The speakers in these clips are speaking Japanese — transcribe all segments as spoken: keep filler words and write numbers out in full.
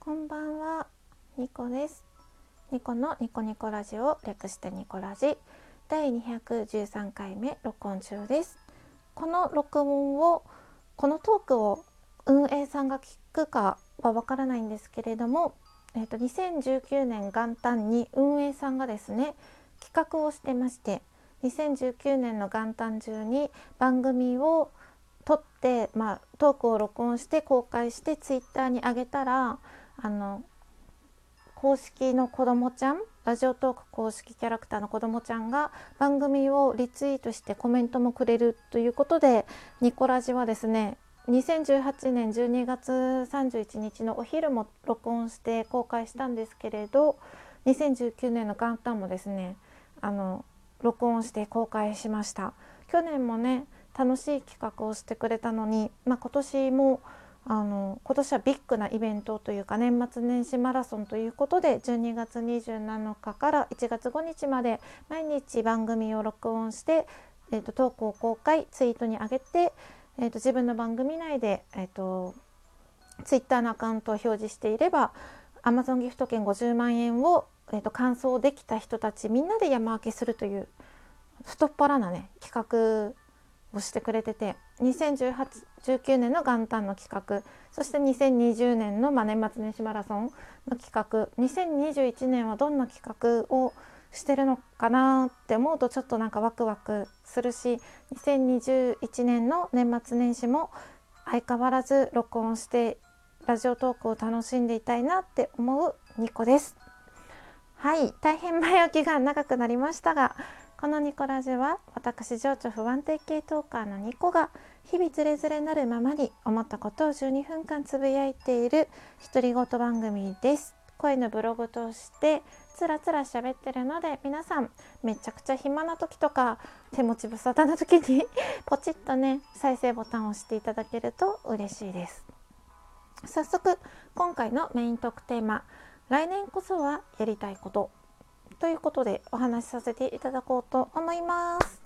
こんばんは、ニコです。ニコのニコニコラジオ、略してニコラジだいにひゃくじゅうさんかいめ録音中です。この録音をこのトークを運営さんが聞くかはわからないんですけれども、えーと、にせんじゅうきゅうねん元旦に運営さんがですね企画をしてまして、にせんじゅうきゅうねんの元旦中に番組を撮って、まあ、トークを録音して公開してツイッターに上げたら、あの公式の子どもちゃん、ラジオトーク公式キャラクターの子どもちゃんが番組をリツイートしてコメントもくれるということで、ニコラジはですねにせんじゅうはちねんじゅうにがつさんじゅういちにちのお昼も録音して公開したんですけれど、にせんじゅうきゅうねんの元旦もですねあの録音して公開しました。去年もね楽しい企画をしてくれたのに、まあ、今年もあの今年はビッグなイベントというか年末年始マラソンということで、じゅうにがつにじゅうなのかからいちがつごにちまで毎日番組を録音して、えーと、トークを公開ツイートに上げて、えーと、自分の番組内で、えーと、ツイッターのアカウントを表示していれば Amazon ギフト券ごじゅうまんえんを、えーと、完走できた人たちみんなで山分けするという太っ腹なね企画をしてくれてて、にせんじゅうきゅうねんの元旦の企画、そしてにせんにじゅうねんの、まあ、年末年始マラソンの企画、にせんにじゅういちねんはどんな企画をしてるのかなって思うとちょっとなんかワクワクするし、にせんにじゅういちねんの年末年始も相変わらず録音してラジオトークを楽しんでいたいなって思うニコです。はい、大変前置きが長くなりましたが、このニコラジは私情緒不安定系トーカーのニコが日々ズレズレなるままに思ったことをじゅうにふんかんつぶやいている独り言番組です。声のブログとしてつらつら喋ってるので、皆さんめちゃくちゃ暇な時とか手持ち無沙汰な時にポチッとね再生ボタンを押していただけると嬉しいです。早速今回のメイントークテーマ、来年こそはやりたいことということでお話しさせていただこうと思います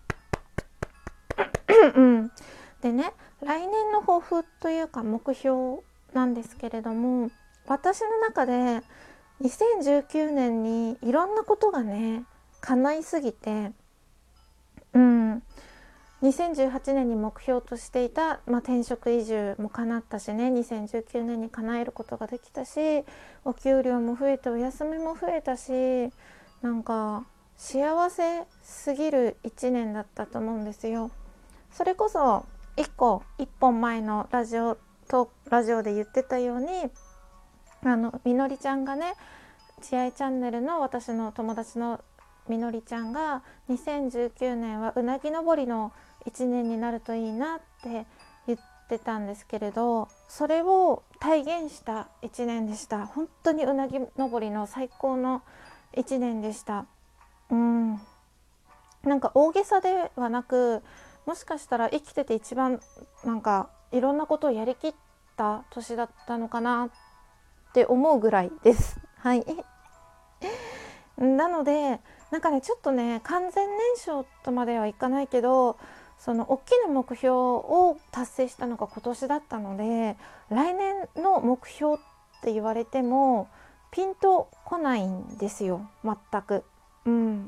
うん、でね、来年の抱負というか目標なんですけれども、私の中でにせんじゅうきゅうねんにいろんなことがね叶いすぎて、うん、にせんじゅうはちねんに目標としていた、まあ、転職移住も叶ったしね、にせんじゅうきゅうねんに叶えることができたし、お給料も増えてお休みも増えたし、なんか幸せすぎるいちねんだったと思うんですよ。それこそいっこいっぽんまえのラジオとラジオで言ってたように、あのみのりちゃんがね、ちあいチャンネルの私の友達のみのりちゃんがにせんじゅうきゅうねんはうなぎ登りのいちねんになるといいなって言ってたんですけれど、それを体現したいちねんでした。本当にうなぎ登りの最高のいちねんでした。うん、なんか大げさではなく、もしかしたら生きてて一番なんかいろんなことをやりきった年だったのかなって思うぐらいです。はいなのでなんかねちょっとね完全燃焼とまではいかないけど、その大きな目標を達成したのが今年だったので、来年の目標って言われてもピンとこないんですよ、全く。うん、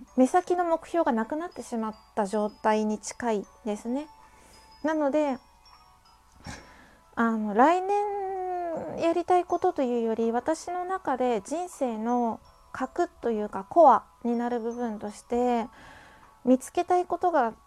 目先の目標がなくなってしまった状態に近いですね。なのであの来年やりたいことというより、私の中で人生の核というかコアになる部分として見つけたいことがあって、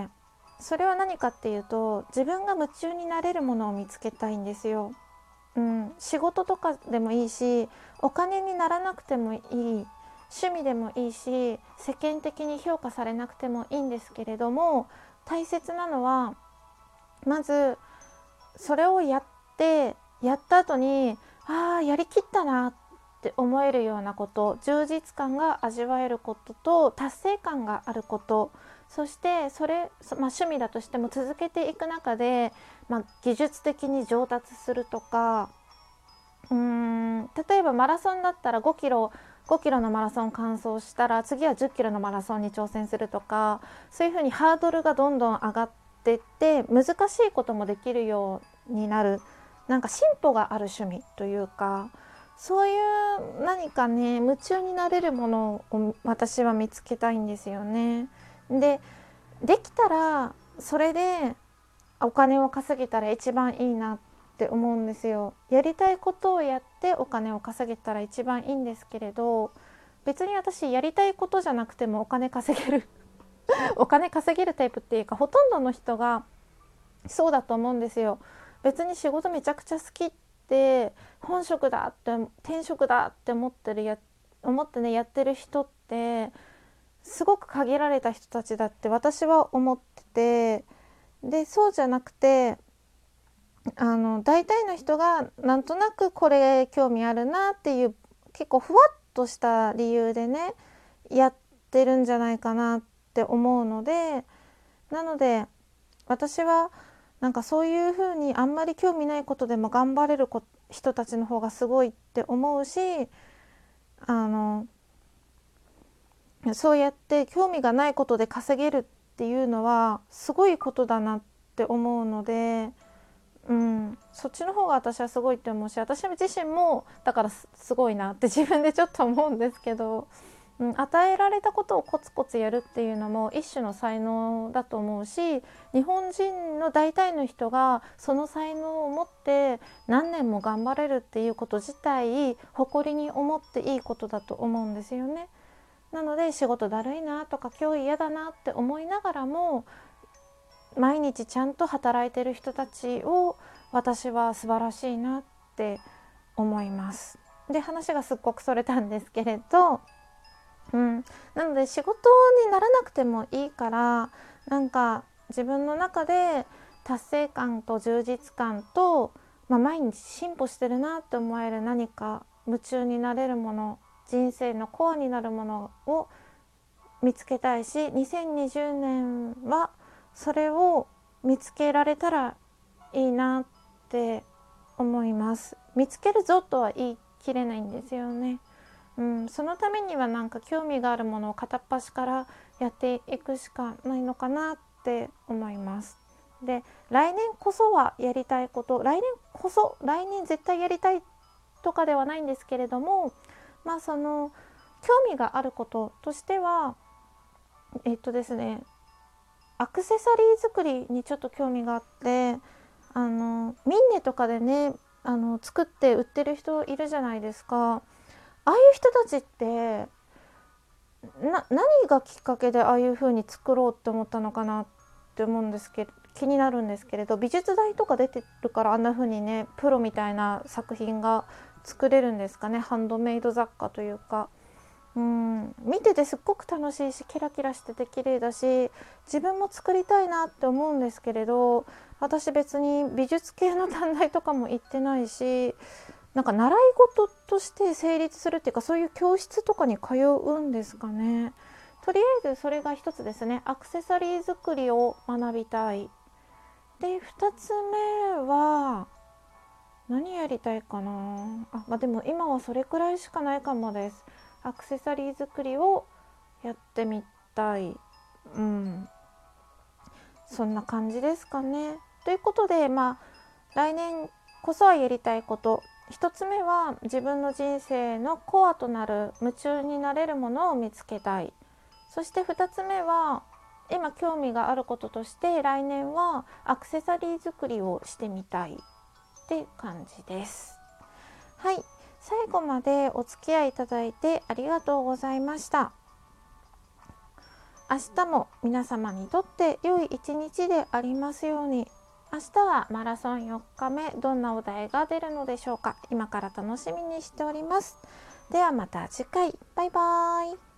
それは何かっていうと、自分が夢中になれるものを見つけたいんですよ。うん、仕事とかでもいいし、お金にならなくてもいい、趣味でもいいし、世間的に評価されなくてもいいんですけれども、大切なのはまずそれをやってやった後にああやりきったなって思えるようなこと、充実感が味わえることと達成感があること、そしてそれ、まあ、趣味だとしても続けていく中で、まあ、技術的に上達するとか、うーん例えばマラソンだったらごキロごキロのマラソン完走したら次はじゅっキロのマラソンに挑戦するとか、そういうふうにハードルがどんどん上がってって難しいこともできるようになる、なんか進歩がある趣味というか、 そういう何かね夢中になれるものを私は見つけたいんですよね。で、できたらそれでお金を稼げたら一番いいなって思うんですよ。やりたいことをやってお金を稼げたら一番いいんですけれど、別に私やりたいことじゃなくてもお金稼げるお金稼げるタイプっていうか、ほとんどの人がそうだと思うんですよ。別に仕事めちゃくちゃ好きって本職だって転職だって思ってるや思ってねやってる人ってすごく限られた人たちだって私は思ってて、でそうじゃなくて、あの大体の人がなんとなくこれ興味あるなっていう結構ふわっとした理由でねやってるんじゃないかなって思うので、なので私はなんかそういうふうにあんまり興味ないことでも頑張れる人たちの方がすごいって思うし、あのそうやって興味がないことで稼げるっていうのはすごいことだなって思うので、うん、そっちの方が私はすごいって思うし、私自身もだからすごいなって自分でちょっと思うんですけど、うん、与えられたことをコツコツやるっていうのも一種の才能だと思うし、日本人の大体の人がその才能を持って何年も頑張れるっていうこと自体誇りに思っていいことだと思うんですよね。なので仕事だるいなとか今日嫌だなって思いながらも毎日ちゃんと働いてる人たちを私は素晴らしいなって思います。で、話がすっごくそれたんですけれど、うん、なので仕事にならなくてもいいから、なんか自分の中で達成感と充実感と、まあ、毎日進歩してるなって思える何か夢中になれるもの、人生のコアになるものを見つけたいし、にせんにじゅうねんはそれを見つけられたらいいなって思います。見つけるぞとは言い切れないんですよね。うん、そのためにはなんか興味があるものを片っ端からやっていくしかないのかなって思います。で、来年こそはやりたいこと、来年こそ来年絶対やりたいとかではないんですけれども、まあその興味があることとしてはえっとですねアクセサリー作りにちょっと興味があって、あのミンネとかでねあの作って売ってる人いるじゃないですか。ああいう人たちってな何がきっかけでああいう風に作ろうって思ったのかなって思うんですけど、気になるんですけれど、美術大とか出てるからあんな風にねプロみたいな作品が作れるんですかね。ハンドメイド雑貨というか、うん、見ててすっごく楽しいしキラキラしてて綺麗だし、自分も作りたいなって思うんですけれど、私別に美術系の短大とかも行ってないし、なんか習い事として成立するっていうか、そういう教室とかに通うんですかね。とりあえずそれが一つですね。アクセサリー作りを学びたい。で、二つ目は何やりたいかなあ、まあ、でも今はそれくらいしかないかもです。アクセサリー作りをやってみたい、うん、そんな感じですかね。ということで、まあ来年こそはやりたいこと、一つ目は自分の人生のコアとなる夢中になれるものを見つけたい。そして二つ目は今興味があることとして来年はアクセサリー作りをしてみたいって感じです。はい、最後までお付き合いいただいてありがとうございました。明日も皆様にとって良い一日でありますように。明日はマラソンよっかめ、どんなお題が出るのでしょうか。今から楽しみにしております。ではまた次回、バイバーイ。